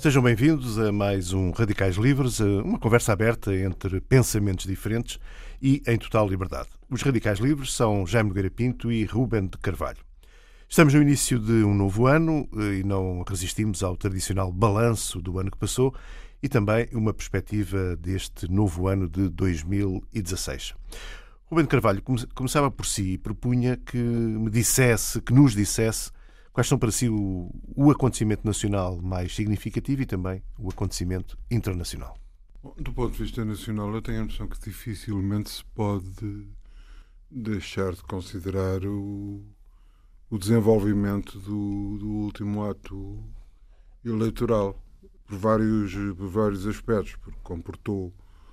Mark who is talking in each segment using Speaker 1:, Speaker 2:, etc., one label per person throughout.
Speaker 1: Sejam bem-vindos a mais um Radicais Livres, uma conversa aberta entre pensamentos diferentes e em total liberdade. Os Radicais Livres são Jaime Nogueira Pinto e Rúben de Carvalho. Estamos no início de um novo ano e não resistimos ao tradicional balanço do ano que passou e também uma perspectiva deste novo ano de 2016. Rúben de Carvalho começava por si e propunha que nos dissesse quais são para si o acontecimento nacional mais significativo e também o acontecimento internacional.
Speaker 2: Do ponto de vista nacional, eu tenho a noção que dificilmente se pode deixar de considerar o desenvolvimento do último ato eleitoral, por vários aspectos, porque comportou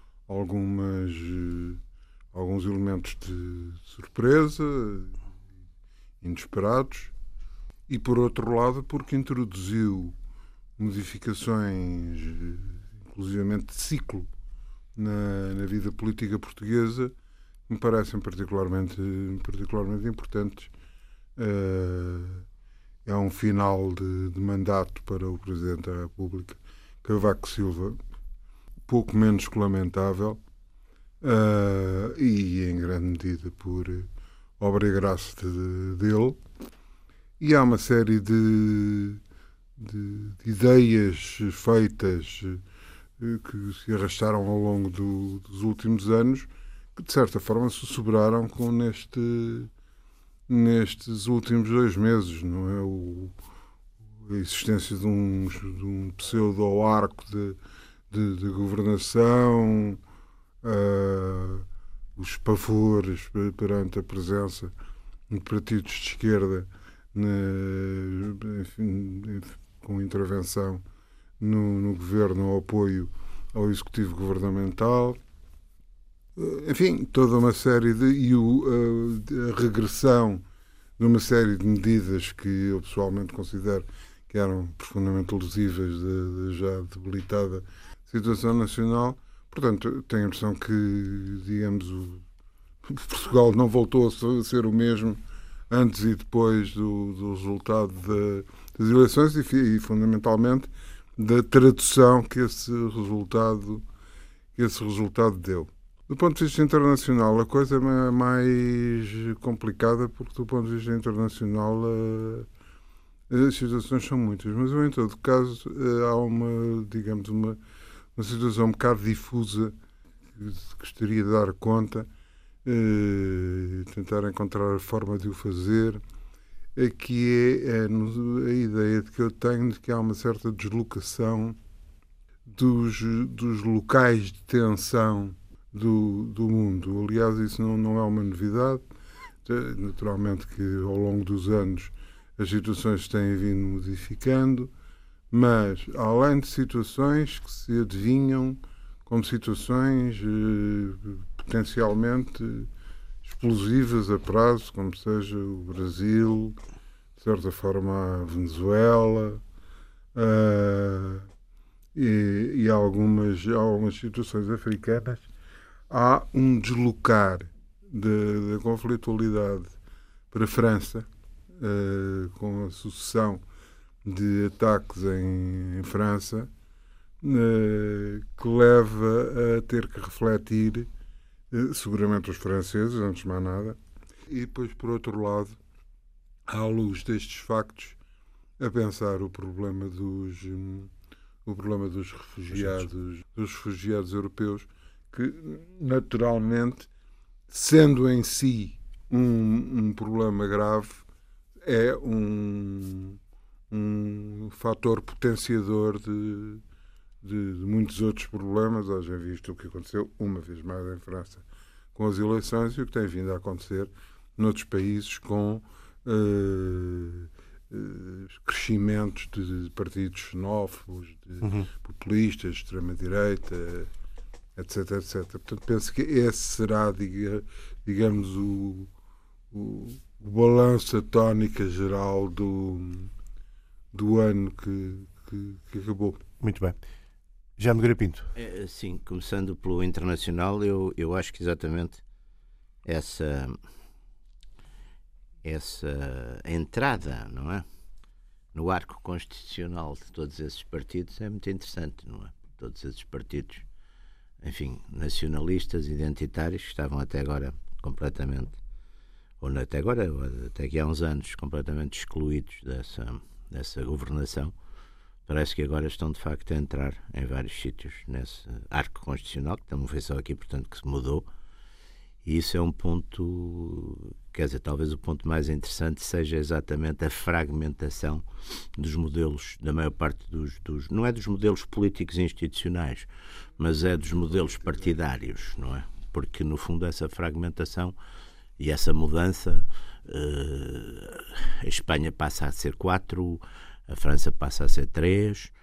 Speaker 2: alguns elementos de surpresa, inesperados, e por outro lado porque introduziu modificações, inclusivamente de ciclo, na vida política portuguesa, que me parecem particularmente importantes. É um final de mandato para o Presidente da República, Cavaco Silva, pouco menos que lamentável, e em grande medida por obra e graça dele. E há uma série de ideias feitas que se arrastaram ao longo dos últimos anos, que de certa forma se sobraram nestes últimos 2 meses, não é? A existência de um pseudo-arco de governação, os pavores perante a presença de partidos de esquerda, com intervenção no governo ao apoio ao executivo governamental. Enfim, toda uma série a regressão de uma série de medidas que eu pessoalmente considero que eram profundamente lesivas da já debilitada situação nacional. Portanto, tenho a impressão que, digamos, Portugal não voltou a ser o mesmo antes e depois do resultado das eleições e fundamentalmente da tradução que esse resultado deu. Do ponto de vista internacional, a coisa é mais complicada, porque do ponto de vista internacional as situações são muitas, mas em todo caso há uma situação um bocado difusa que gostaria de dar conta, tentar encontrar a forma de o fazer, que é a ideia de que eu tenho de que há uma certa deslocação dos locais de tensão do mundo. Aliás, isso não é uma novidade. Naturalmente que ao longo dos anos as situações têm vindo modificando, mas além de situações que se adivinham como situações potencialmente explosivas a prazo, como seja o Brasil, de certa forma a Venezuela, e algumas situações africanas, há um deslocar da conflitualidade para a França, com a sucessão de ataques em França, que leva a ter que refletir, seguramente os franceses, antes de mais nada, e depois, por outro lado, à luz destes factos, a pensar o problema dos refugiados europeus, que naturalmente, sendo em si um problema grave, é um fator potenciador de muitos outros problemas. Hoje é visto o que aconteceu, uma vez mais, em França com as eleições e o que tem vindo a acontecer noutros países com crescimentos de partidos xenófobos, populistas, de extrema-direita, etc, etc. Portanto, penso que esse será, digamos, o balanço, a tónica geral do ano que acabou.
Speaker 1: Muito bem. Jaime Nogueira Pinto.
Speaker 3: Sim, começando pelo internacional, eu acho que exatamente essa entrada, não é, no arco constitucional de todos esses partidos é muito interessante, não é? Todos esses partidos, enfim, nacionalistas, identitários, que estavam até agora completamente, ou até agora, ou até aqui há uns anos, completamente excluídos dessa governação, parece que agora estão de facto a entrar em vários sítios nesse arco constitucional, que não foi só aqui, portanto, que se mudou. E isso é um ponto, quer dizer, talvez o ponto mais interessante seja exatamente a fragmentação dos modelos, da maior parte não é dos modelos políticos e institucionais, mas é dos modelos partidários, não é? Porque, no fundo, essa fragmentação e essa mudança, a Espanha passa a ser 4, a França passa a ser 3,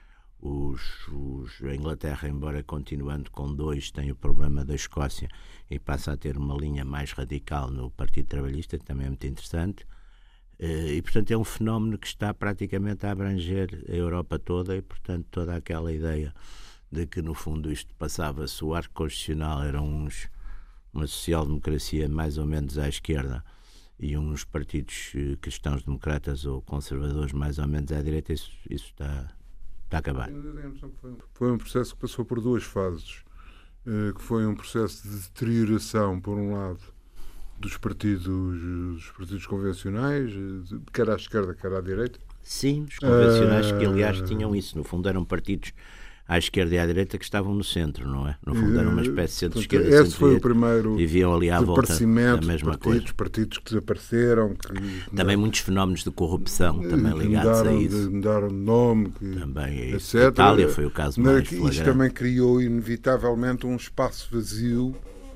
Speaker 3: a Inglaterra, embora continuando com 2, tem o problema da Escócia e passa a ter uma linha mais radical no Partido Trabalhista, que também é muito interessante. E, portanto, é um fenómeno que está praticamente a abranger a Europa toda e, portanto, toda aquela ideia de que, no fundo, isto passava-se, o arco constitucional era uma social-democracia mais ou menos à esquerda e uns partidos cristãos-democratas ou conservadores mais ou menos à direita, isso está a acabar.
Speaker 2: Foi um processo que passou por 2 fases, que foi um processo de deterioração, por um lado, dos partidos convencionais, quer à esquerda, quer à direita.
Speaker 3: Sim, os convencionais que, aliás, tinham isso. No fundo, eram partidos à esquerda e à direita que estavam no centro, não é? No fundo, era uma espécie de centro-esquerda.
Speaker 2: Esse foi o primeiro
Speaker 3: viviam ali à volta da mesma
Speaker 2: coisa. Partidos que desapareceram.
Speaker 3: Também muitos fenómenos de corrupção, também ligados a isso.
Speaker 2: Mudaram de nome,
Speaker 3: também,
Speaker 2: etc.
Speaker 3: A Itália foi o caso mais flagrante.
Speaker 2: Isto também criou, inevitavelmente, um espaço vazio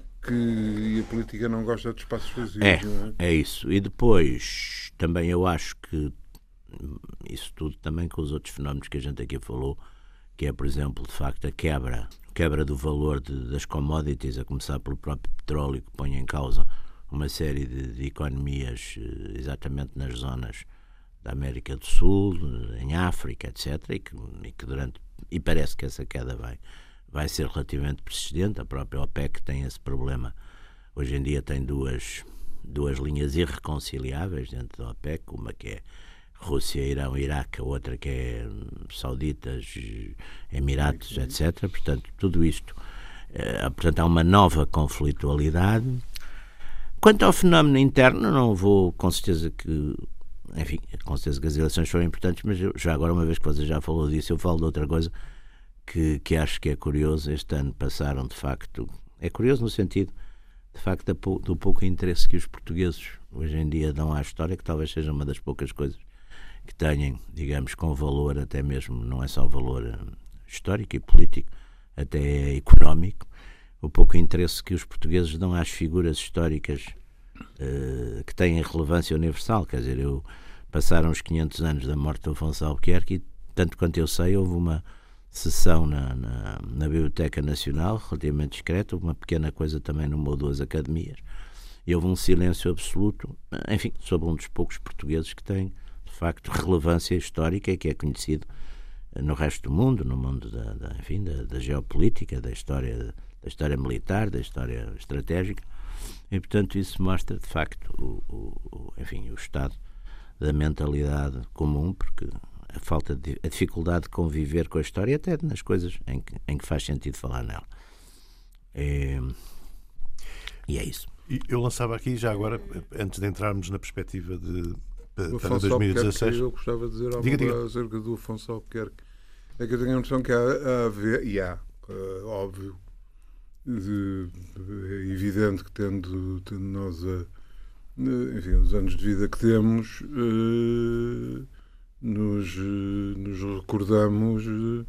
Speaker 2: e a política não gosta de espaços vazios.
Speaker 3: É isso. E depois, também eu acho que isso tudo também com os outros fenómenos que a gente aqui falou, que é, por exemplo, de facto, a quebra do valor das commodities, a começar pelo próprio petróleo, que põe em causa uma série de economias exatamente nas zonas da América do Sul, em África, etc., e parece que essa queda vai ser relativamente persistente. A própria OPEC tem esse problema. Hoje em dia tem duas linhas irreconciliáveis dentro da OPEC, uma que é Rússia, Irão, Iraque, a outra que é Sauditas, Emirados, etc. Portanto, tudo isto. Portanto, há uma nova conflitualidade. Quanto ao fenómeno interno, não vou, com certeza que as eleições foram importantes, mas já agora, uma vez que você já falou disso, eu falo de outra coisa que acho que é curioso. Este ano passaram, de facto, é curioso no sentido, de facto, do pouco interesse que os portugueses hoje em dia dão à história, que talvez seja uma das poucas coisas que tenham, digamos, com valor, até mesmo, não é só valor histórico e político, até económico, o pouco interesse que os portugueses dão às figuras históricas que têm relevância universal. Quer dizer, passaram os 500 anos da morte de Afonso Albuquerque e, tanto quanto eu sei, houve uma sessão na Biblioteca Nacional, relativamente discreta, uma pequena coisa também numa ou 2 academias, e houve um silêncio absoluto, enfim, sobre um dos poucos portugueses que tem, de facto, relevância histórica e que é conhecido no resto do mundo, no mundo da geopolítica, da história militar, da história estratégica, e, portanto, isso mostra, de facto, o estado da mentalidade comum, porque a dificuldade de conviver com a história, até nas coisas em que faz sentido falar nela. E é isso.
Speaker 1: E eu lançava aqui, já agora, antes de entrarmos na perspectiva para
Speaker 2: Afonso
Speaker 1: 2016...
Speaker 2: Eu gostava de dizer algo acerca do Afonso Albuquerque. É que eu tenho a noção que há óbvio, é evidente que tendo nós os anos de vida que temos, nos recordamos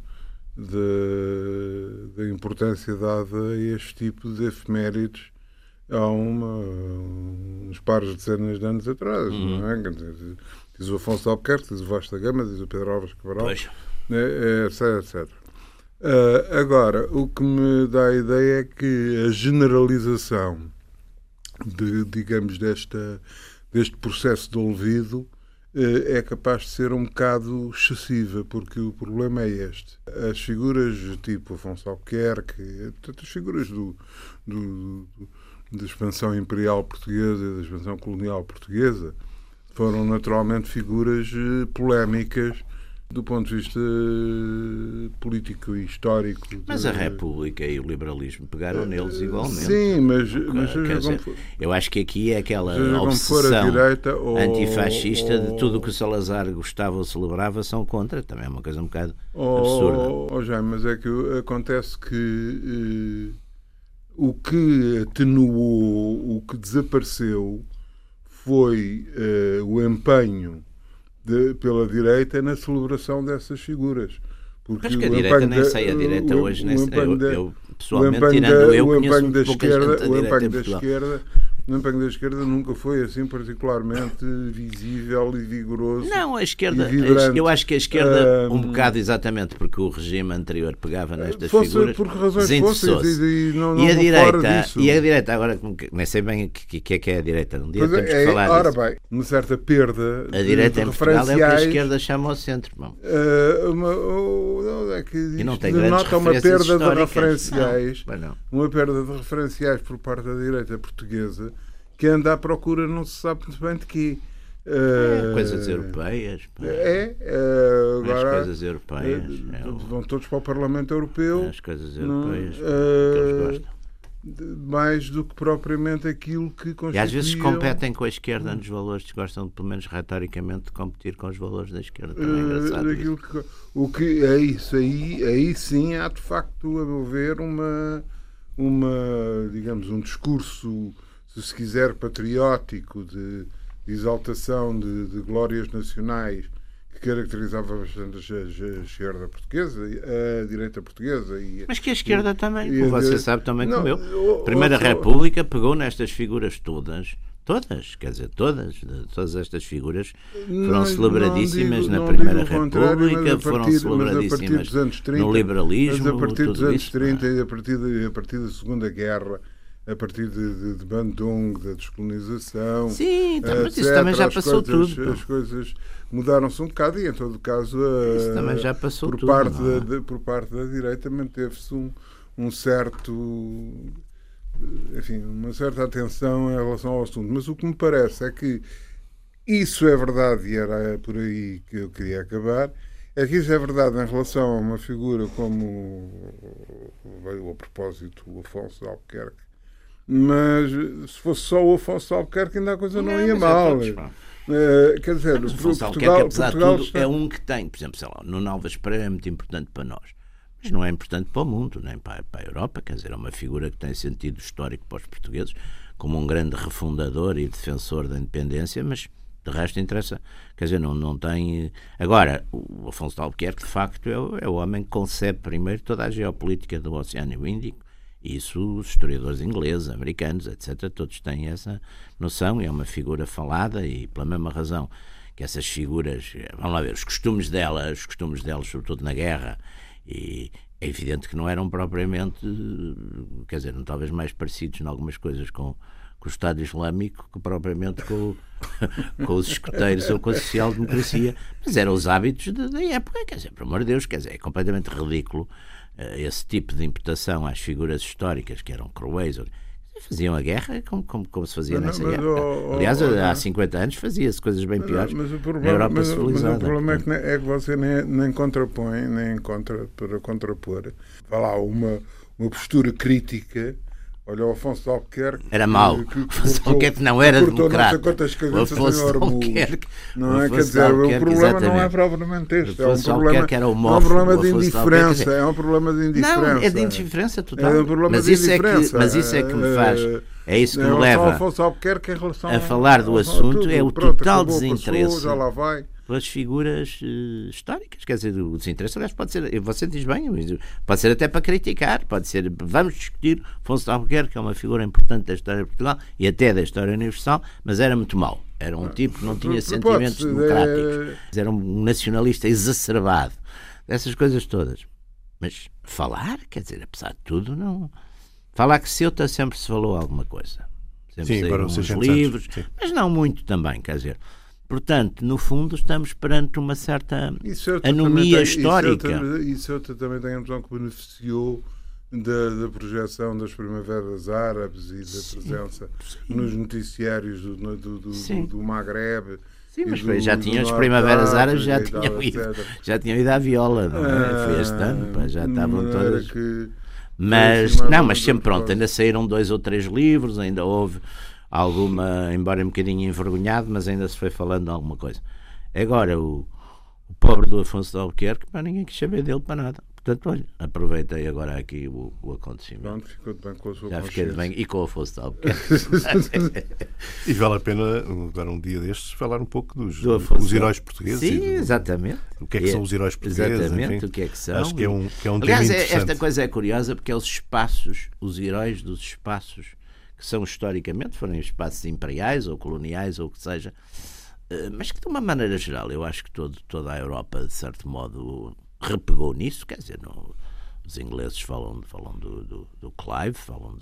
Speaker 2: da importância dada a este tipo de efemérides há uns pares de dezenas de anos atrás, não é? Diz o Afonso Albuquerque, diz o Vasta Gama, diz o Pedro Álvares Cabral, etc. Agora, o que me dá a ideia é que a generalização digamos, deste processo de olvido é capaz de ser um bocado excessiva, porque o problema é este. As figuras tipo Afonso Albuquerque, as figuras da expansão imperial portuguesa, da expansão colonial portuguesa, foram naturalmente figuras polémicas do ponto de vista político e histórico.
Speaker 3: Mas a República e o liberalismo pegaram neles igualmente.
Speaker 2: Sim, mas
Speaker 3: eu acho que aqui é aquela
Speaker 2: obsessão direita,
Speaker 3: antifascista de tudo o que o Salazar gostava ou celebrava são contra. Também é uma coisa um bocado absurda.
Speaker 2: Jaime, mas é que acontece que o que atenuou, o que desapareceu foi o empenho pela direita na celebração dessas figuras. Porque
Speaker 3: mas que a direita nem sei, a direita hoje nem sei. Eu pessoalmente, tirando eu, conheço
Speaker 2: da
Speaker 3: pouca gente da
Speaker 2: o empenho da esquerda nunca foi assim particularmente visível e vigoroso.
Speaker 3: Não, a esquerda, eu acho que a esquerda, um bocado exatamente porque o regime anterior pegava nestas figuras,
Speaker 2: por razões fósseis
Speaker 3: e a direita, agora nem sei bem o que é a direita, um dia temos que falar
Speaker 2: ora
Speaker 3: disso.
Speaker 2: Bem, uma certa perda
Speaker 3: a direita
Speaker 2: de
Speaker 3: em Portugal é o que a esquerda
Speaker 2: referenciais,
Speaker 3: chama ao centro, irmão.
Speaker 2: E
Speaker 3: não tem grandes
Speaker 2: denota uma perda de
Speaker 3: referenciais.
Speaker 2: Uma perda de referenciais por parte da direita portuguesa que anda à procura não se sabe muito bem de quê.
Speaker 3: Coisas europeias.
Speaker 2: Agora,
Speaker 3: as coisas europeias.
Speaker 2: Vão todos para o Parlamento Europeu.
Speaker 3: As coisas europeias. Que eles gostam.
Speaker 2: Mais do que propriamente aquilo que constituía...
Speaker 3: E às vezes competem com a esquerda nos valores, gostam, pelo menos retoricamente, de competir com os valores da esquerda. Também é engraçado
Speaker 2: o que é isso aí sim há de facto, a meu ver, digamos, um discurso, se quiser, patriótico, de exaltação de glórias nacionais que caracterizava bastante a esquerda portuguesa, a direita portuguesa.
Speaker 3: Mas que a esquerda também, como você sabe, também comeu. A Primeira República pegou nestas figuras todas, quer dizer, todas estas figuras foram celebradíssimas na Primeira República, foram celebradíssimas no liberalismo,
Speaker 2: mas a partir dos anos 30
Speaker 3: isso,
Speaker 2: e a partir da Segunda Guerra, a partir de Bandung, da descolonização,
Speaker 3: sim, mas isso também já passou tudo.
Speaker 2: As coisas mudaram-se um bocado e, em todo caso,
Speaker 3: isso também já passou
Speaker 2: por parte da direita manteve-se um certo... Enfim, uma certa atenção em relação ao assunto. Mas o que me parece é que isso é verdade, e era por aí que eu queria acabar, é que isso é verdade em relação a uma figura como veio a propósito o Afonso de Albuquerque, mas se fosse só o Afonso de Albuquerque ainda a coisa não ia mal. Quer dizer,
Speaker 3: mas o Afonso Albuquerque, apesar de tudo, é um que tem, por exemplo, sei lá, no Álvares Pereira é muito importante para nós. Mas não é importante para o mundo, nem para a Europa, quer dizer, é uma figura que tem sentido histórico para os portugueses, como um grande refundador e defensor da independência, mas de resto interessa, quer dizer, não tem... Agora, o Afonso de Albuquerque, de facto, é o homem que concebe primeiro toda a geopolítica do Oceano Índico, e isso os historiadores ingleses, americanos, etc., todos têm essa noção, e é uma figura falada, e pela mesma razão que essas figuras, vamos lá ver, os costumes delas, sobretudo na guerra, e é evidente que não eram propriamente, quer dizer, talvez mais parecidos em algumas coisas com o Estado Islâmico que propriamente com os escoteiros ou com a social-democracia, mas eram os hábitos da época, quer dizer, por amor de Deus, quer dizer, é completamente ridículo esse tipo de imputação às figuras históricas que eram cruéis. Faziam a guerra como se fazia nessa guerra. Aliás, há 50 anos fazia-se coisas bem piores na Europa civilizada.
Speaker 2: Mas o problema é que você nem contrapõe, nem para contrapor. Vai lá, uma postura crítica. Olha, o Afonso de Albuquerque...
Speaker 3: Era mau. O Afonso de Albuquerque não era democrata. O Afonso de Albuquerque...
Speaker 2: Não é, quer dizer, o problema não é propriamente este. É um problema de indiferença. É um problema de indiferença.
Speaker 3: Não, é de indiferença total.
Speaker 2: É um problema de indiferença.
Speaker 3: Mas isso é que me faz... É isso que me leva
Speaker 2: a
Speaker 3: falar do assunto, é o total desinteresse
Speaker 2: já lá vai.
Speaker 3: Pelas figuras históricas, quer dizer, o desinteresse, aliás, pode ser, você diz bem, pode ser até para criticar, pode ser, vamos discutir Afonso de Albuquerque, que é uma figura importante da história de Portugal e até da história universal, mas era muito mau, era um tipo que não tinha sentimentos democráticos, era um nacionalista exacerbado, dessas coisas todas. Mas falar, quer dizer, apesar de tudo, não... Falar que Ceuta sempre se falou alguma coisa, sempre saíram uns livros, mas não muito também, quer dizer... Portanto, no fundo, estamos perante uma certa anomia histórica.
Speaker 2: E Ceuta também tem a impressão que beneficiou da projeção das primaveras árabes e da presença nos noticiários do Magrebe
Speaker 3: Sim, mas já tinham as primaveras árabes, já tinham ido à viola, não é? Foi este ano, pá, já estavam todas. Mas, não, mas sempre pronto, ainda saíram 2 ou 3 livros, ainda houve alguma, embora um bocadinho envergonhado, mas ainda se foi falando de alguma coisa. Agora, o pobre do Afonso de Albuquerque, pá, ninguém quis saber dele para nada. Portanto, olha, aproveitei agora aqui o acontecimento.
Speaker 2: Pronto, ficou bem com a sua
Speaker 3: Já fiquei bem, e com o Afonso de Albuquerque.
Speaker 1: E vale a pena, agora um dia destes, falar um pouco dos heróis portugueses.
Speaker 3: Sim, exatamente.
Speaker 1: O que é que são os heróis portugueses?
Speaker 3: Exatamente,
Speaker 1: enfim,
Speaker 3: o que é que são.
Speaker 1: Acho que é um tema
Speaker 3: Aliás,
Speaker 1: interessante.
Speaker 3: esta coisa é curiosa porque é os espaços, os heróis dos espaços, que são historicamente, foram espaços imperiais ou coloniais ou o que seja, mas que de uma maneira geral, eu acho que toda a Europa, de certo modo, repegou nisso, quer dizer, os ingleses falam do Clive,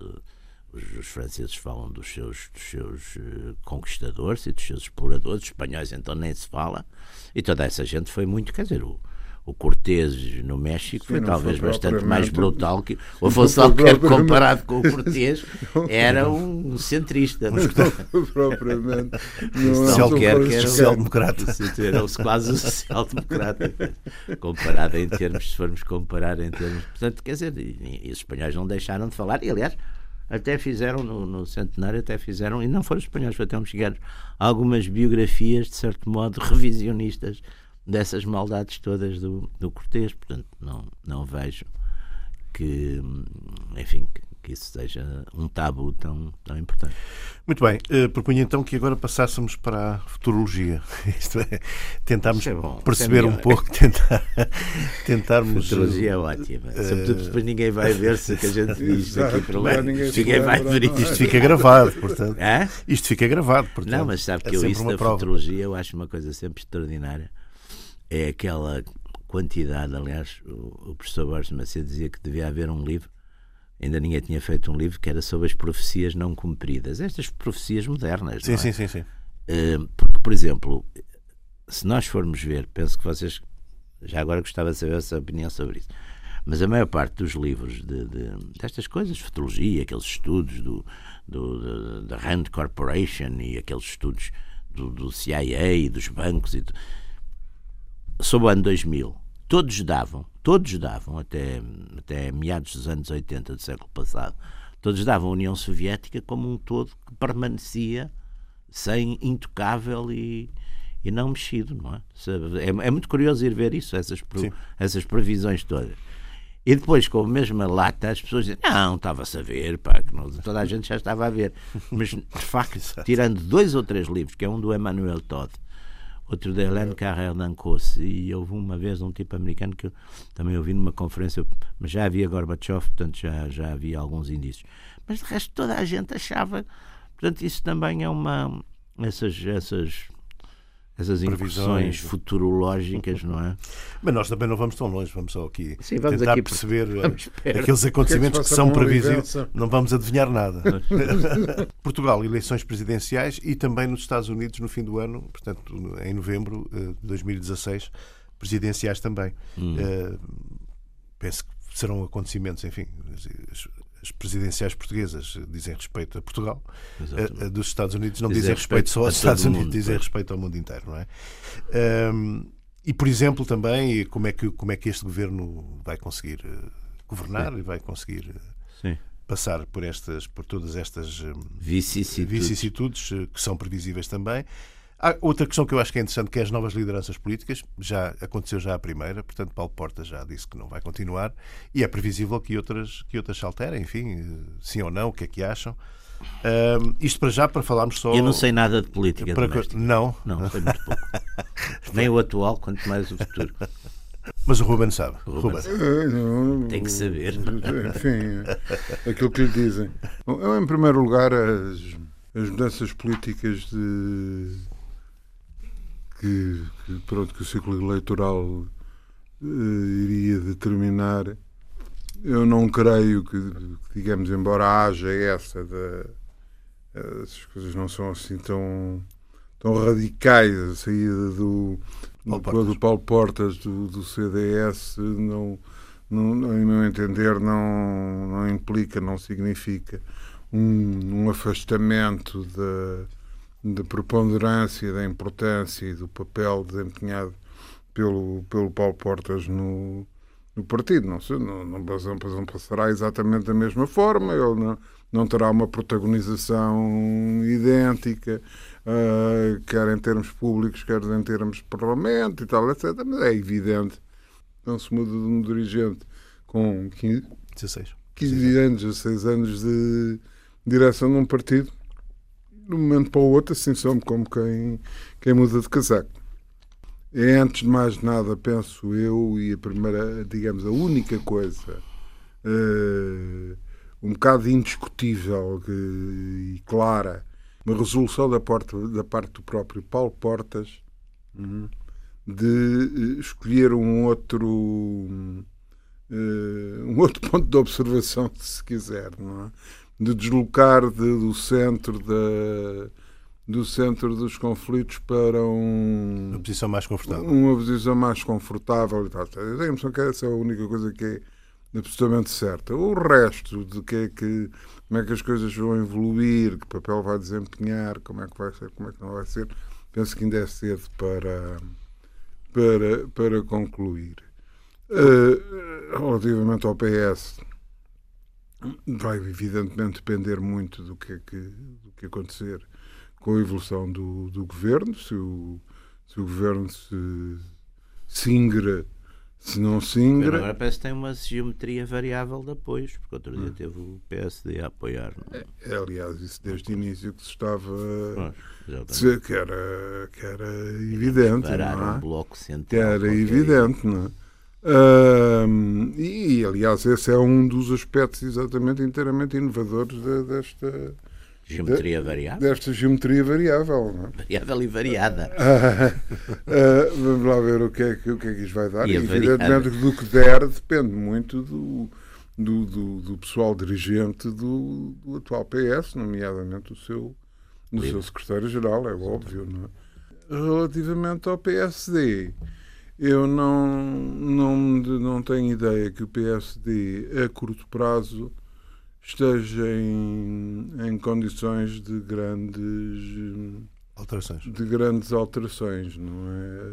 Speaker 3: os franceses falam dos seus conquistadores e dos seus exploradores, os espanhóis então nem se fala, e toda essa gente foi muito, quer dizer, o Cortés no México foi talvez bastante mais brutal que o Afonso Albuquerque, comparado com o Cortés, era um centrista.
Speaker 2: Propriamente.
Speaker 1: Albuquerque era social-democrata.
Speaker 3: Era quase um social-democrata, comparado em termos, se formos comparar em termos. Portanto, quer dizer, e os espanhóis não deixaram de falar, e aliás, até fizeram no centenário, e não foram os espanhóis, foi até os mexicanos, algumas biografias, de certo modo, revisionistas dessas maldades todas do Cortés. Portanto, não vejo que, enfim, que isso seja um tabu tão importante.
Speaker 1: Muito bem, propunha então que agora passássemos para a futurologia. Isto é, tentarmos perceber um pouco, tentarmos...
Speaker 3: Futurologia é ótima, sobretudo depois ninguém vai ver se que a gente diz aqui para lá. Ninguém vai ver isto.
Speaker 1: Isto fica gravado, portanto. Isto fica gravado, portanto.
Speaker 3: Não, mas sabe que isso da futurologia eu acho uma coisa sempre extraordinária. É aquela quantidade, aliás, o professor Borges Macedo dizia que devia haver um livro, ainda ninguém tinha feito um livro, que era sobre as profecias não cumpridas, estas profecias modernas.
Speaker 1: Sim,
Speaker 3: não é?
Speaker 1: sim.
Speaker 3: Porque, por exemplo, se nós formos ver, penso que vocês, já agora gostava de saber a sua opinião sobre isso, mas a maior parte dos livros destas coisas, futurologia, aqueles estudos da Rand Corporation e aqueles estudos do CIA e dos bancos e sobre o ano 2000, todos davam até meados dos anos 80 do século passado, todos davam a União Soviética como um todo que permanecia sem intocável e não mexido, não é? É muito curioso ir ver isso, essas previsões todas. E depois, com a mesma lata, as pessoas dizem, não, estava-se a ver, pá, que toda a gente já estava a ver. Mas, de facto, tirando 2 ou 3 livros, que é um do Emmanuel Todd, outro da Hélène Carrère d'Ancos, e houve uma vez um tipo americano que eu também ouvi numa conferência, mas já havia Gorbachev, portanto já havia alguns indícios. Mas de resto toda a gente achava, portanto isso também é essas incursões futurológicas, não é?
Speaker 1: Mas nós também não vamos tão longe, vamos só aqui
Speaker 3: vamos
Speaker 1: tentar
Speaker 3: aqui
Speaker 1: perceber aqueles acontecimentos que são previsíveis. Não vamos adivinhar nada. Portugal, eleições presidenciais e também nos Estados Unidos no fim do ano, portanto, em novembro de 2016, presidenciais também. Penso que serão acontecimentos, enfim, as presidenciais portuguesas dizem respeito a Portugal, dos Estados Unidos não dizem respeito só aos Estados Unidos, dizem respeito ao mundo inteiro, não é? E, por exemplo, também como é que este governo vai conseguir governar e vai conseguir passar por todas estas vicissitudes que são previsíveis também. Há outra questão que eu acho que é interessante, que é as novas lideranças políticas. Aconteceu já a primeira, portanto Paulo Portas já disse que não vai continuar e é previsível que outras se alterem, enfim, sim ou não, o que é que acham. Isto para já, para falarmos só...
Speaker 3: Eu não sei nada de política doméstica.
Speaker 1: Não,
Speaker 3: sei muito pouco. Nem o atual, quanto mais o futuro.
Speaker 1: Mas o Ruben sabe.
Speaker 3: Tem que saber.
Speaker 2: Enfim, aquilo que lhe dizem. Bom, eu, em primeiro lugar, as mudanças políticas que o ciclo eleitoral iria determinar, eu não creio que, digamos, embora haja essas coisas não são assim tão radicais, a saída do Paulo Portas do CDS não, em meu entender, não implica, não significa um afastamento da preponderância, da importância e do papel desempenhado pelo Paulo Portas no partido. Não passará exatamente da mesma forma, ele não terá uma protagonização idêntica, quer em termos públicos, quer em termos de parlamento e tal, etc. Mas é evidente, não se muda de um dirigente com 15 anos, 16 anos de direção de um partido, de um momento para o outro, assim somos como quem muda de casaco. É, antes de mais nada, penso eu, e a primeira, digamos, a única coisa um bocado indiscutível e clara, uma resolução da parte do próprio Paulo Portas de escolher um outro ponto de observação, se quiser, não é? De deslocar do centro dos conflitos para
Speaker 1: uma posição mais confortável.
Speaker 2: Uma posição mais confortável e tal. Eu tenho a impressão que essa é a única coisa que é absolutamente certa. O resto de como é que as coisas vão evoluir, que papel vai desempenhar, como é que vai ser, como é que não vai ser, penso que ainda é cedo para concluir. Relativamente ao PS, vai evidentemente depender muito do que acontecer com a evolução do governo, se o governo se ingra, se não se ingra.
Speaker 3: Agora parece que tem uma geometria variável de apoios, porque outro dia teve o PSD a apoiar.
Speaker 2: Aliás, isso desde o início que se estava a dizer que era evidente. Não é?
Speaker 3: Um bloco central.
Speaker 2: Que era evidente, não é? E aliás, esse é um dos aspectos exatamente inteiramente inovadores desta
Speaker 3: geometria variável.
Speaker 2: Desta geometria variável, não é?
Speaker 3: Variável e variada.
Speaker 2: Vamos lá ver o que é que isto vai dar. E evidentemente do que der depende muito do pessoal dirigente do atual PS, nomeadamente do seu secretário-geral, é óbvio, não é? Relativamente ao PSD, eu não tenho ideia que o PSD a curto prazo esteja em condições de grandes alterações, não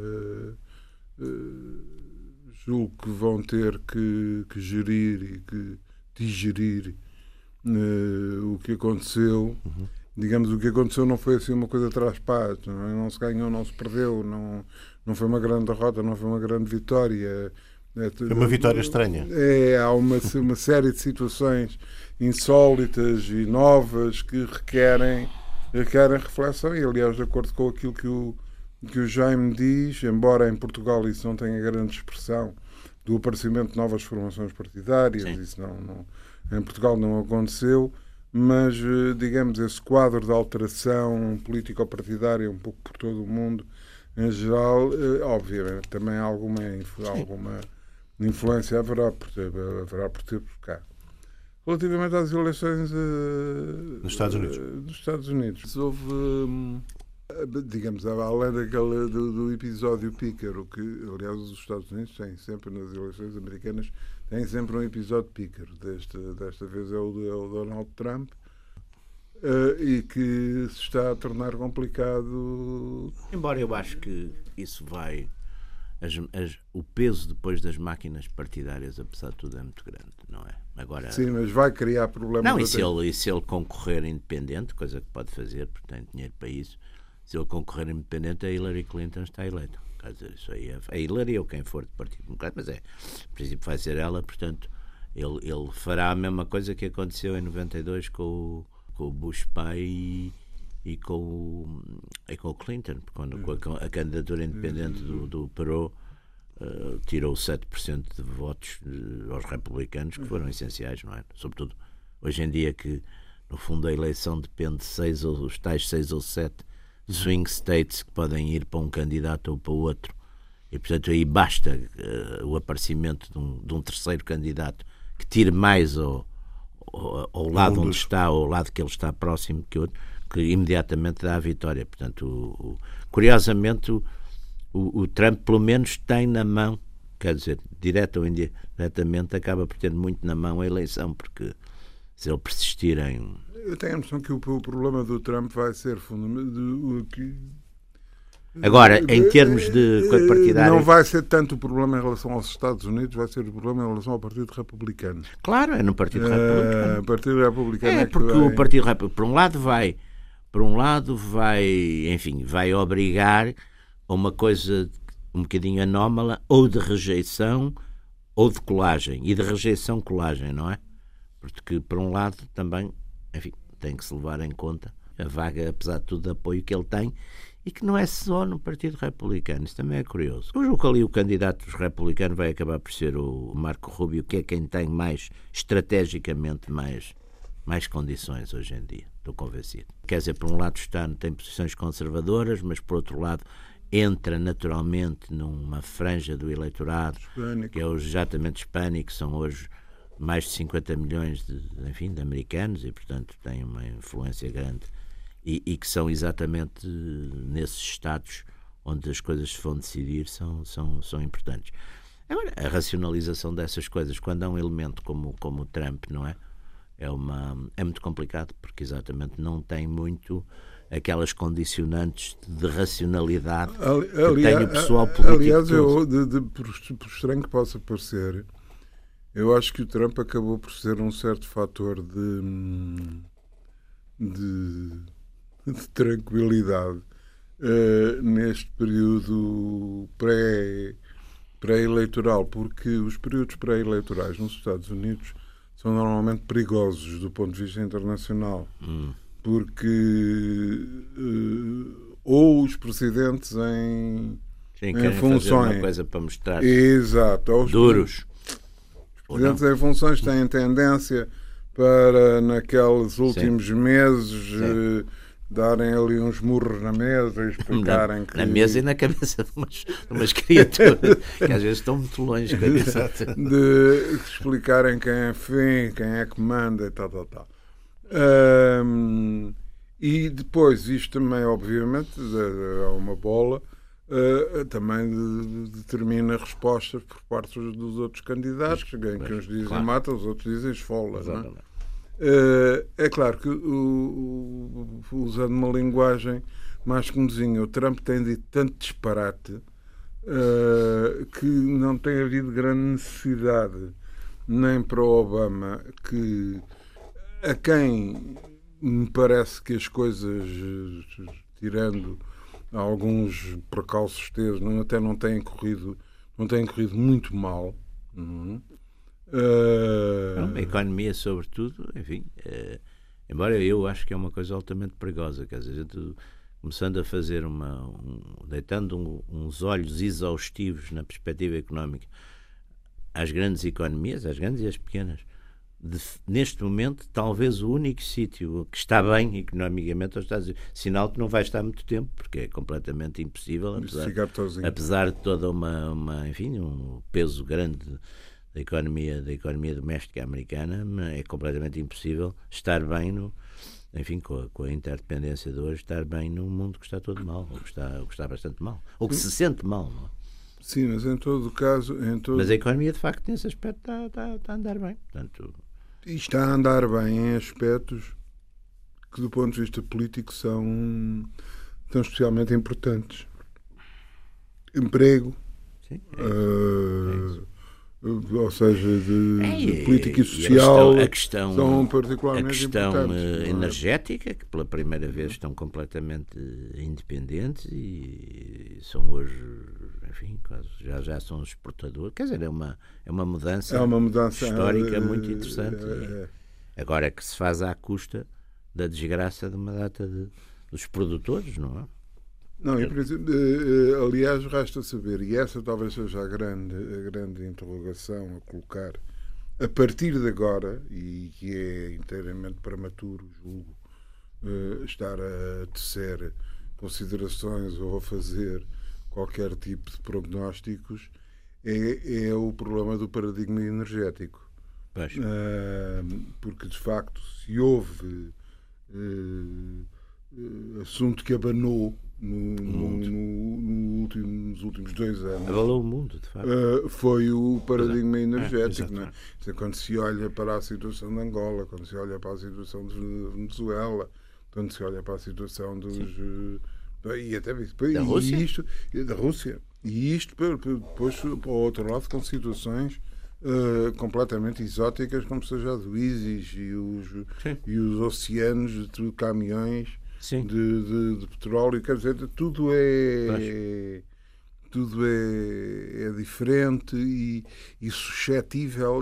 Speaker 2: é? Julgo que vão ter que gerir e que digerir o que aconteceu. Digamos, o que aconteceu não foi assim uma coisa atrás paz, não se ganhou, não se perdeu, não foi uma grande derrota, não foi uma grande vitória.
Speaker 1: Foi uma vitória estranha.
Speaker 2: Há uma série de situações insólitas e novas que requerem reflexão e, aliás, de acordo com aquilo que o Jaime diz, embora em Portugal isso não tenha grande expressão do aparecimento de novas formações partidárias, sim, isso em Portugal não aconteceu, mas, digamos, esse quadro de alteração político-partidária um pouco por todo o mundo, em geral, obviamente, também alguma influência haverá por ter por cá. Relativamente às eleições
Speaker 1: nos
Speaker 2: Estados Unidos, houve, digamos, além do episódio pícaro, que, aliás, os Estados Unidos têm sempre, nas eleições americanas, têm sempre um episódio pícaro. Desta vez é o Donald Trump, e que se está a tornar complicado.
Speaker 3: Embora eu acho que isso vai... o peso depois das máquinas partidárias, apesar de tudo, é muito grande, não é? Agora,
Speaker 2: sim, mas vai criar problemas.
Speaker 3: Não, e se ele concorrer independente, coisa que pode fazer, porque tem dinheiro para isso, se ele concorrer independente, a Hillary Clinton está eleita. Quer dizer, isso aí é Hillary ou quem for do Partido Democrata, mas no princípio vai ser ela, portanto, ele fará a mesma coisa que aconteceu em 92 com o Bush pai e com o Clinton, quando a candidatura independente do Perot tirou 7% de votos aos republicanos, que foram essenciais, não é? Sobretudo hoje em dia, que no fundo a eleição depende de os tais 6 ou 7 swing states que podem ir para um candidato ou para o outro, e portanto aí basta o aparecimento de um terceiro candidato que tire mais ao lado onde está, ou ao lado que ele está próximo que outro, que imediatamente dá a vitória. Portanto, curiosamente, o Trump pelo menos tem na mão, quer dizer, direto ou indiretamente, acaba por ter muito na mão a eleição, porque se ele persistir em...
Speaker 2: Eu tenho a noção que o problema do Trump vai ser fundamental.
Speaker 3: Agora, em termos de coisa partidária...
Speaker 2: Não vai ser tanto o problema em relação aos Estados Unidos, vai ser o problema em relação ao Partido Republicano.
Speaker 3: Claro, é no Partido Republicano.
Speaker 2: O Partido Republicano
Speaker 3: porque o Partido Republicano, por um lado vai, enfim, vai obrigar a uma coisa um bocadinho anómala, ou de rejeição ou de colagem, e de rejeição-colagem, não é? Porque, por um lado, também, enfim, tem que se levar em conta a vaga, apesar de tudo, de apoio que ele tem, e que não é só no Partido Republicano. Isso também é curioso. Eu julgo que ali o candidato dos republicanos vai acabar por ser o Marco Rubio, que é quem tem mais, estrategicamente, mais condições hoje em dia. Estou convencido. Quer dizer, por um lado tem posições conservadoras, mas por outro lado entra naturalmente numa franja do eleitorado hispânico, que é exatamente hispânico, são hoje mais de 50 milhões de americanos e, portanto, tem uma influência grande e que são exatamente nesses estados onde as coisas se vão decidir são importantes. Agora, a racionalização dessas coisas, quando há um elemento como o Trump, não é? É muito complicado, porque exatamente não tem muito aquelas condicionantes de racionalidade que tem o pessoal político.
Speaker 2: Aliás, por estranho que possa parecer, eu acho que o Trump acabou por ser um certo fator de tranquilidade neste período pré-eleitoral, porque os períodos pré-eleitorais nos Estados Unidos são normalmente perigosos do ponto de vista internacional. Porque ou os presidentes em funções,
Speaker 3: fazer uma coisa para mostrar,
Speaker 2: exato, ou
Speaker 3: duros,
Speaker 2: os presidentes em funções têm tendência para naqueles últimos meses darem ali uns murros na mesa e explicarem
Speaker 3: na mesa e na cabeça de umas criaturas que às vezes estão muito longe
Speaker 2: de explicarem quem é fim, quem é que manda e tal. E depois isto também, obviamente, é uma bola, também determina respostas por parte dos outros candidatos, em que uns dizem mata, os outros dizem esfola. Não é? É claro que, usando uma linguagem mais comozinha, o Trump tem dito tanto disparate que não tem havido grande necessidade nem para o Obama, que a quem me parece que as coisas, tirando alguns precalços teus, até não têm corrido muito mal.
Speaker 3: A economia, sobretudo, enfim, embora eu acho que é uma coisa altamente perigosa, quer dizer, a gente começando a fazer deitando uns olhos exaustivos na perspectiva económica às grandes economias, às grandes e às pequenas, neste momento, talvez o único sítio que está bem economicamente é os Estados Unidos. Sinal que não vai estar muito tempo, porque é completamente impossível, apesar de toda um peso grande da economia doméstica americana, é completamente impossível estar bem com a interdependência de hoje, estar bem num mundo que está todo mal, ou que está bastante mal, ou que se sente mal, não é?
Speaker 2: Sim, mas em todo o caso...
Speaker 3: Mas a economia, de facto, nesse aspecto está a andar bem. Portanto...
Speaker 2: E está a andar bem em aspectos que, do ponto de vista político, são especialmente importantes. Emprego,
Speaker 3: sim,
Speaker 2: ou seja, de política e social, são particularmente importantes.
Speaker 3: A questão energética, que pela primeira vez estão completamente independentes e são hoje, enfim, já são exportadores. Quer dizer, é uma mudança histórica muito interessante. Agora que se faz à custa da desgraça de uma data dos produtores, não é?
Speaker 2: Não, aliás, resta saber, e essa talvez seja a grande interrogação a colocar, a partir de agora, e que é inteiramente prematuro, julgo, estar a tecer considerações ou a fazer qualquer tipo de prognósticos, é o problema do paradigma energético. Porque, de facto, se houve assunto que abanou nos últimos 2 anos
Speaker 3: abalou o mundo, de facto.
Speaker 2: foi o paradigma energético.
Speaker 1: exato.
Speaker 2: Não é? Quando se olha para a situação de Angola, quando se olha para a situação de Venezuela, quando se olha para a situação dos... e até
Speaker 3: Da Rússia?
Speaker 2: Da Rússia. E isto depois para o outro lado com situações completamente exóticas, como seja a do ISIS e os oceanos de caminhões de petróleo. Quer dizer, tudo é diferente e suscetível,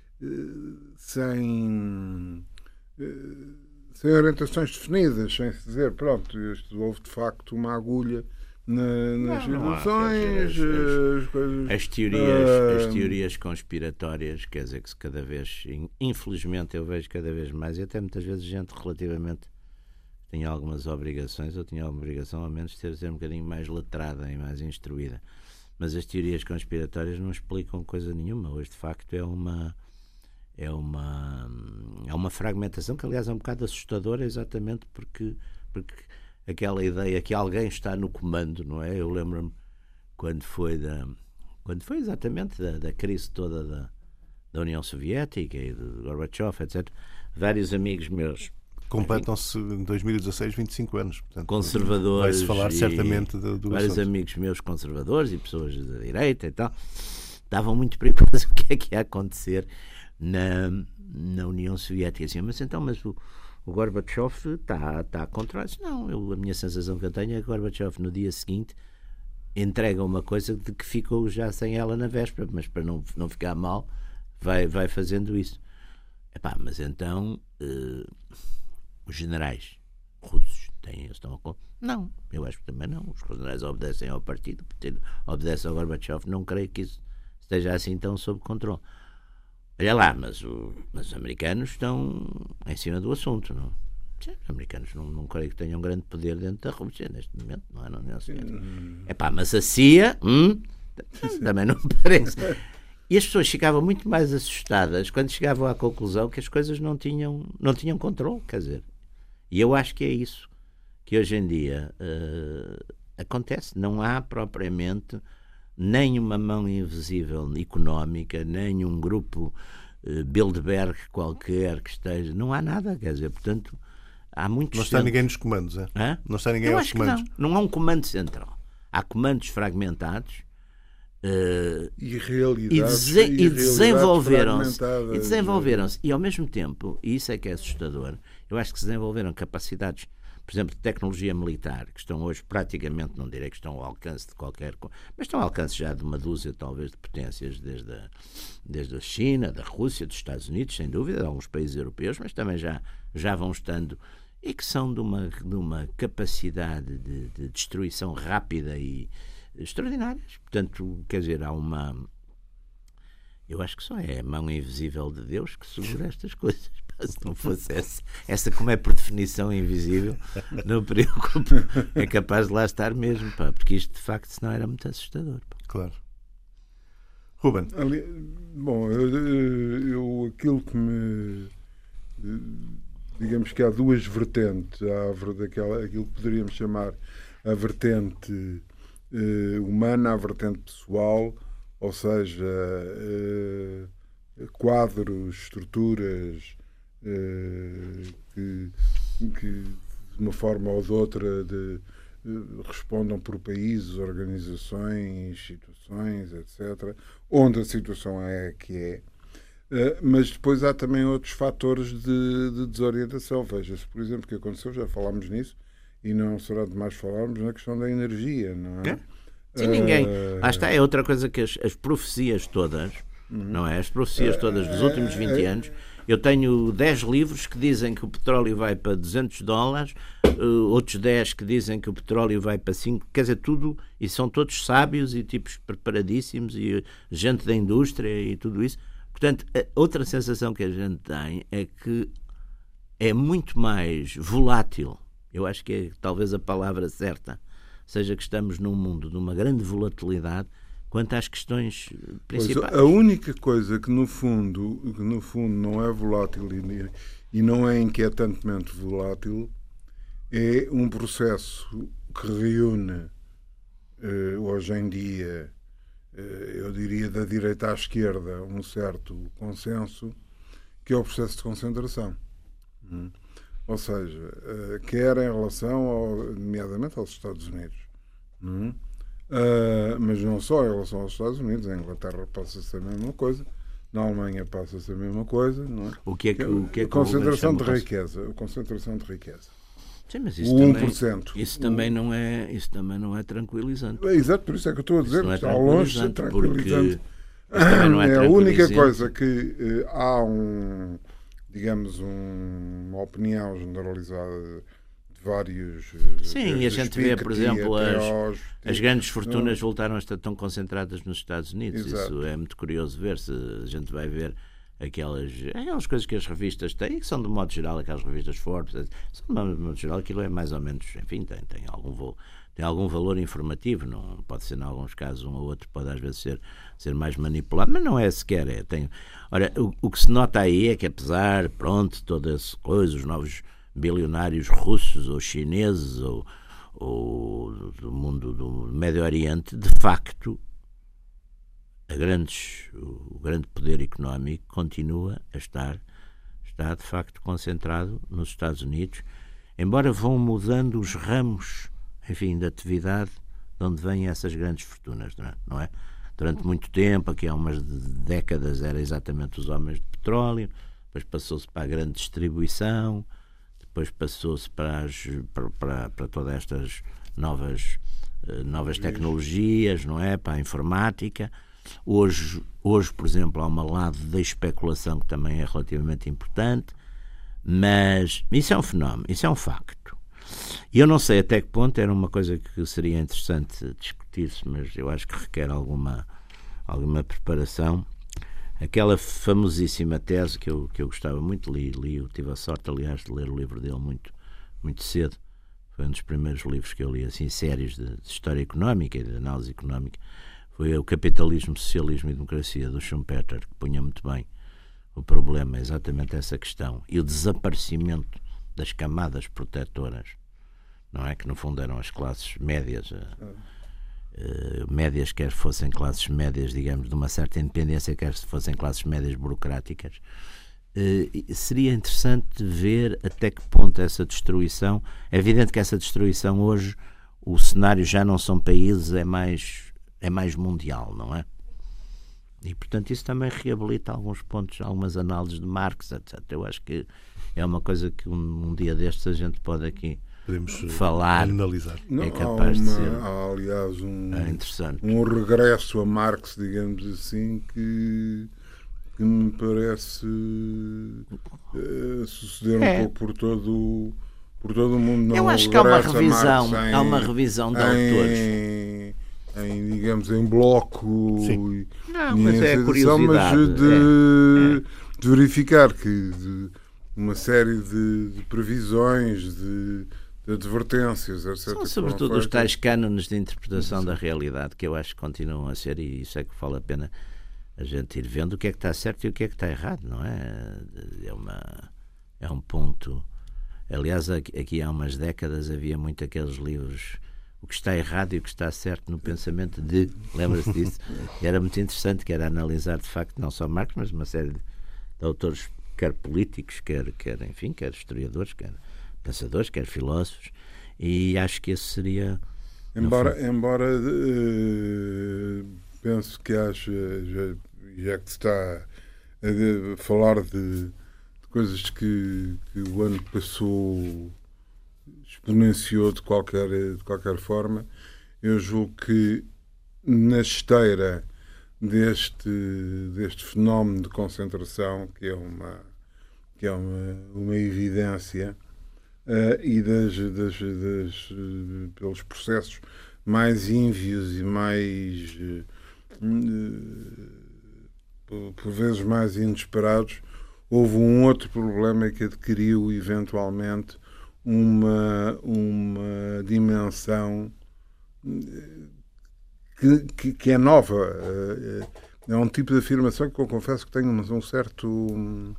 Speaker 2: sem orientações definidas, sem se dizer, pronto, houve de facto uma agulha nas situações,
Speaker 3: as teorias conspiratórias, quer dizer, que cada vez, infelizmente, eu vejo cada vez mais, e até muitas vezes gente relativamente tinha algumas obrigações, ou tinha alguma obrigação ao menos de ser um bocadinho mais letrada e mais instruída, mas as teorias conspiratórias não explicam coisa nenhuma. Hoje de facto é uma fragmentação que aliás é um bocado assustadora, exatamente porque aquela ideia que alguém está no comando, não é? Eu lembro-me quando foi exatamente da crise toda da União Soviética e de Gorbachev, etc. Vários amigos meus
Speaker 1: completam-se em 2016 25 anos. Portanto,
Speaker 3: conservadores.
Speaker 1: Vai-se falar certamente do
Speaker 3: vários
Speaker 1: assunto.
Speaker 3: Amigos meus conservadores e pessoas da direita e tal estavam muito preocupados com o que é que ia acontecer na União Soviética. Assim, mas o Gorbachev está contra isso. Não, a minha sensação que eu tenho é que o Gorbachev no dia seguinte entrega uma coisa de que ficou já sem ela na véspera, mas para não ficar mal vai fazendo isso. Mas então os generais russos estão a... Não, eu acho que também não. Os generais obedecem ao partido, obedecem ao Gorbachev. Não creio que isso esteja assim tão sob controle. Olha lá, mas os americanos estão em cima do assunto, não? Sim, os americanos não creio que tenham grande poder dentro da Rússia neste momento, não é? Mas a CIA também não me parece. E as pessoas ficavam muito mais assustadas quando chegavam à conclusão que as coisas não tinham controle, quer dizer. E eu acho que é isso que hoje em dia acontece. Não há propriamente nem uma mão invisível económica, nem um grupo Bilderberg qualquer que esteja. Não há nada, quer dizer, portanto, há muitos...
Speaker 1: Não está ninguém nos comandos, é?
Speaker 3: Hã?
Speaker 1: Não está ninguém aos comandos.
Speaker 3: Não há um comando central. Há comandos fragmentados
Speaker 2: e
Speaker 3: desenvolveram-se. E ao mesmo tempo, e isso é que é assustador, eu acho que se desenvolveram capacidades, por exemplo, de tecnologia militar, que estão hoje praticamente, não direi que estão ao alcance de qualquer coisa, mas estão ao alcance já de uma dúzia, talvez, de potências, desde a China, da Rússia, dos Estados Unidos, sem dúvida, de alguns países europeus, mas também já vão estando, e que são de uma capacidade de destruição rápida e extraordinárias. Portanto, quer dizer, eu acho que só é a mão invisível de Deus que segura estas coisas. Se não fosse essa como é por definição invisível, não preocupe, é capaz de lá estar mesmo, porque isto de facto senão era muito assustador.
Speaker 1: Claro. Ruben.
Speaker 2: Bom, eu aquilo que me... digamos que há duas vertentes. Há aquilo que poderíamos chamar a vertente humana, a vertente pessoal, ou seja, quadros, estruturas que de uma forma ou de outra respondam por países, organizações, situações, etc., onde a situação é que é. Mas depois há também outros fatores de desorientação. Veja-se, por exemplo, o que aconteceu, já falámos nisso, e não será demais falarmos na questão da energia, não é?
Speaker 3: Sim, ninguém. Lá está, é outra coisa que as profecias todas, não é? As profecias todas dos últimos 20 anos. Eu tenho 10 livros que dizem que o petróleo vai para $200, outros 10 que dizem que o petróleo vai para 5, quer dizer, tudo, e são todos sábios e tipos preparadíssimos e gente da indústria e tudo isso. Portanto, outra sensação que a gente tem é que é muito mais volátil. Eu acho que é talvez a palavra certa, seja que estamos num mundo de uma grande volatilidade quanto às questões principais.
Speaker 2: Pois, a única coisa que no fundo não é volátil e não é inquietantemente volátil é um processo que reúne hoje em dia, eu diria da direita à esquerda, um certo consenso, que é o processo de concentração. Ou seja, quer em relação, nomeadamente, aos Estados Unidos. Mas não só em relação aos Estados Unidos. Em Inglaterra passa-se a mesma coisa. Na Alemanha passa-se a mesma coisa. Não é?
Speaker 3: O que é
Speaker 2: a concentração de riqueza. A concentração de riqueza.
Speaker 3: Sim, mas
Speaker 2: O
Speaker 3: isso
Speaker 2: 1%.
Speaker 3: Isso também não é tranquilizante.
Speaker 2: Exato, por isso é que eu estou a dizer que está longe de ser tranquilizante.
Speaker 3: É
Speaker 2: a única coisa que há digamos, uma opinião generalizada de vários.
Speaker 3: Sim, e a gente vê, por exemplo, as grandes fortunas voltaram a estar tão concentradas nos Estados Unidos.
Speaker 2: Exato.
Speaker 3: Isso é muito curioso ver. Se a gente vai ver aquelas coisas que as revistas têm, que são de modo geral, aquelas revistas Forbes, de modo geral, aquilo é mais ou menos, enfim, tem algum valor informativo. Não pode ser, em alguns casos, um ou outro pode às vezes ser mais manipulado, mas não é sequer. Ora, o que se nota aí é que, apesar, pronto, todas as coisas, os novos bilionários russos ou chineses ou do mundo do Médio Oriente, de facto, o grande poder económico continua a estar de facto concentrado nos Estados Unidos, embora vão mudando os ramos, enfim, de atividade de onde vêm essas grandes fortunas, não é? Durante muito tempo, aqui há umas décadas, era exatamente os homens de petróleo, depois passou-se para a grande distribuição, depois passou-se para todas estas novas tecnologias, não é? Para a informática. Hoje, por exemplo, há uma lado da especulação que também é relativamente importante, mas isso é um fenómeno, isso é um facto. E eu não sei até que ponto, era uma coisa que seria interessante discutir-se, mas eu acho que requer alguma preparação. Aquela famosíssima tese que eu gostava muito, eu tive a sorte, aliás, de ler o livro dele muito, muito cedo. Foi um dos primeiros livros que eu li, assim, sérios de história económica e de análise económica. Foi o Capitalismo, Socialismo e Democracia, do Schumpeter, que punha muito bem o problema, exatamente essa questão. E o desaparecimento das camadas protetoras, não é? Que no fundo eram as classes médias, médias, quer fossem classes médias, digamos, de uma certa independência, quer fossem classes médias burocráticas. Seria interessante ver até que ponto essa destruição. É evidente que essa destruição hoje, o cenário já não são países, é mais mundial, não é? E portanto isso também reabilita alguns pontos, algumas análises de Marx, etc. Eu acho que é uma coisa que um dia destes a gente pode aqui
Speaker 1: podemos
Speaker 3: falar,
Speaker 1: analisar.
Speaker 2: Não,
Speaker 3: é capaz de ser.
Speaker 2: Há, aliás,
Speaker 3: interessante.
Speaker 2: um regresso a Marx, digamos assim, que me parece suceder um pouco por todo o mundo. Não,
Speaker 3: eu acho que há uma revisão de autores.
Speaker 2: Digamos, em bloco.
Speaker 1: Sim.
Speaker 3: Não, mas é a curiosidade.
Speaker 2: Mas de verificar que uma série de previsões, de advertências, etc.
Speaker 3: São sobretudo os tais cânones de interpretação da realidade, que eu acho que continuam a ser, e isso é que vale a pena a gente ir vendo o que é que está certo e o que é que está errado, não é? É um ponto. Aliás, aqui há umas décadas havia muito aqueles livros, o que está errado e o que está certo no pensamento de... Lembra-se disso? E era muito interessante, que era analisar de facto não só Marx, mas uma série de autores, quer políticos, quer historiadores, quer pensadores, quer filósofos, e acho que esse seria...
Speaker 2: Embora penso que já que se está a falar de coisas que o ano passou exponenciou de qualquer forma, eu julgo que na esteira deste fenómeno de concentração, que é uma evidência, e pelos processos mais ínvios e mais por vezes mais inesperados, houve um outro problema que adquiriu eventualmente uma dimensão que é nova. É um tipo de afirmação que eu confesso que tenho um certo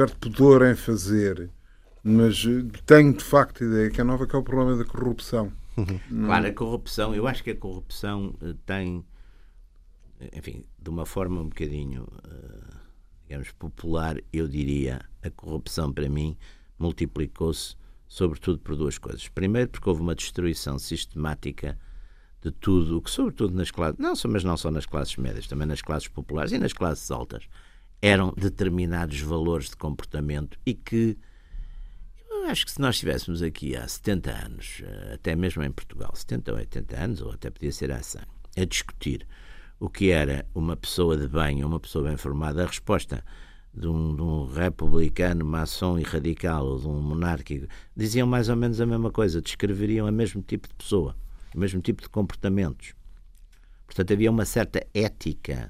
Speaker 2: pudor em fazer, mas tenho de facto a ideia que é nova, que é o problema da corrupção.
Speaker 3: Claro, a corrupção, eu acho que a corrupção tem, enfim, de uma forma um bocadinho, digamos, popular, eu diria, a corrupção para mim multiplicou-se sobretudo por duas coisas. Primeiro, porque houve uma destruição sistemática de tudo, que sobretudo nas classes, mas não só nas classes médias, também nas classes populares e nas classes altas, eram determinados valores de comportamento e que eu acho que se nós estivéssemos aqui há 70 anos, até mesmo em Portugal, 70 ou 80 anos, ou até podia ser há 100, a discutir o que era uma pessoa de bem ou uma pessoa bem formada, a resposta de um republicano, maçom e radical ou de um monárquico, diziam mais ou menos a mesma coisa, descreveriam o mesmo tipo de pessoa, o mesmo tipo de comportamentos. Portanto, havia uma certa ética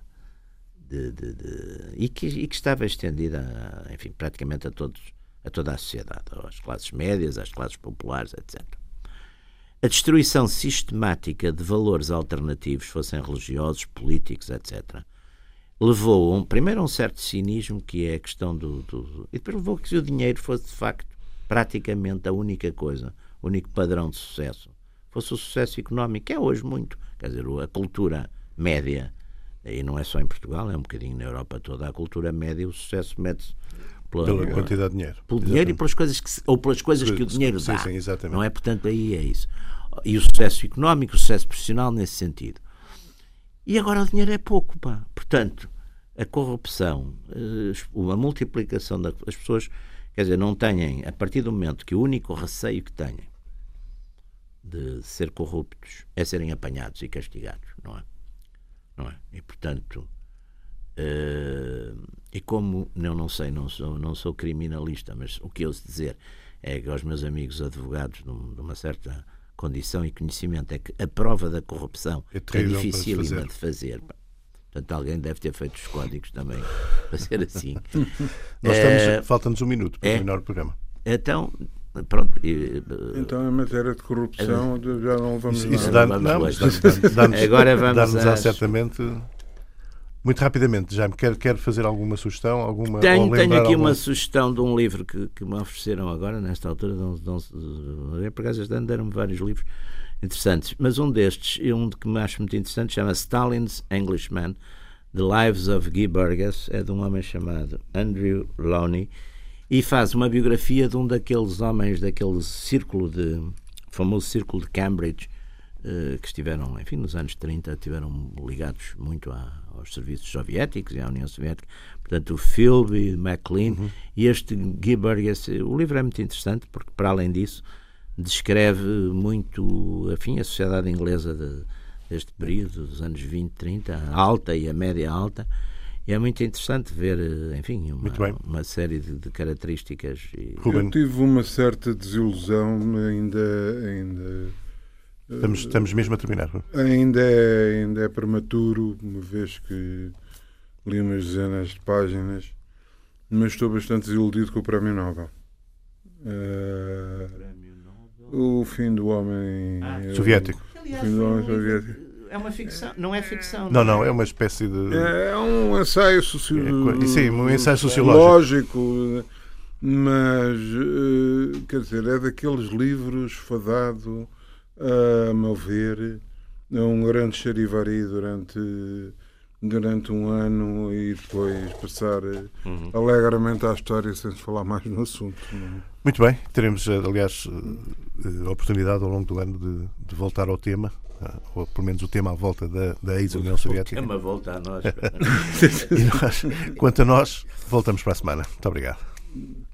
Speaker 3: e que estava estendida, enfim, praticamente a toda a sociedade, às classes médias, às classes populares, etc. A destruição sistemática de valores alternativos, fossem religiosos, políticos, etc., levou primeiro a um certo cinismo, que é a questão e depois levou a que o dinheiro fosse, de facto, praticamente a única coisa, o único padrão de sucesso, fosse o sucesso económico, que é hoje muito. Quer dizer, a cultura média, e não é só em Portugal, é um bocadinho na Europa toda, a cultura média, o sucesso mede-se
Speaker 1: pela quantidade de dinheiro.
Speaker 3: Pelo dinheiro e pelas coisas que o dinheiro dá.
Speaker 1: Sim, exatamente.
Speaker 3: Não é? Portanto, aí é isso. E o sucesso económico, o sucesso profissional nesse sentido. E agora o dinheiro é pouco, pá. Portanto, a corrupção, uma multiplicação das pessoas, quer dizer, não têm, a partir do momento que o único receio que têm de ser corruptos é serem apanhados e castigados, não é? E, portanto, e como eu não sou criminalista, mas o que eu sei dizer é que aos meus amigos advogados de uma certa condição e conhecimento é que a prova da corrupção é dificílima de fazer. Portanto, alguém deve ter feito os códigos também para ser assim.
Speaker 1: Falta-nos um minuto para terminar o programa.
Speaker 3: Então, pronto.
Speaker 2: Então, em matéria de corrupção, já não vamos
Speaker 3: agora vamos
Speaker 1: dar-nos certamente. Muito rapidamente, Jaime, quer fazer alguma sugestão?
Speaker 3: Tenho aqui uma sugestão de um livro que me ofereceram agora, nesta altura. Por acaso, este ano deram-me vários livros interessantes, mas um destes, um que me acho muito interessante, chama Stalin's Englishman, The Lives of Guy Burgess, é de um homem chamado Andrew Lowney, e faz uma biografia de um daqueles homens, daquele famoso círculo de Cambridge, que estiveram, enfim, nos anos 30, estiveram ligados muito aos serviços soviéticos e à União Soviética. Portanto, o Philby, MacLean e este Guy Burgess. O livro é muito interessante porque, para além disso, descreve muito, enfim, a sociedade inglesa deste período, dos anos 20, 30, a alta e a média alta. E é muito interessante ver, enfim, uma série de características.
Speaker 2: Eu tive uma certa desilusão ainda
Speaker 1: Estamos mesmo a terminar.
Speaker 2: Ainda é prematuro, uma vez que li umas dezenas de páginas, mas estou bastante desiludido com o Prémio Nobel. O fim do homem
Speaker 1: soviético.
Speaker 2: O fim do homem soviético.
Speaker 3: É uma ficção, não é ficção.
Speaker 1: Não, é uma espécie de...
Speaker 2: É um ensaio
Speaker 1: um ensaio sociológico.
Speaker 2: Mas, quer dizer, é daqueles livros fadado, a meu ver, a um grande charivari durante um ano e depois passar alegremente à história sem se falar mais no assunto. Não?
Speaker 1: Muito bem, teremos, aliás, a oportunidade ao longo do ano de voltar ao tema, ou pelo menos o tema à volta da ex-União Soviética.
Speaker 3: É uma volta a nós.
Speaker 1: E nós, quanto a nós, voltamos para a semana. Muito obrigado.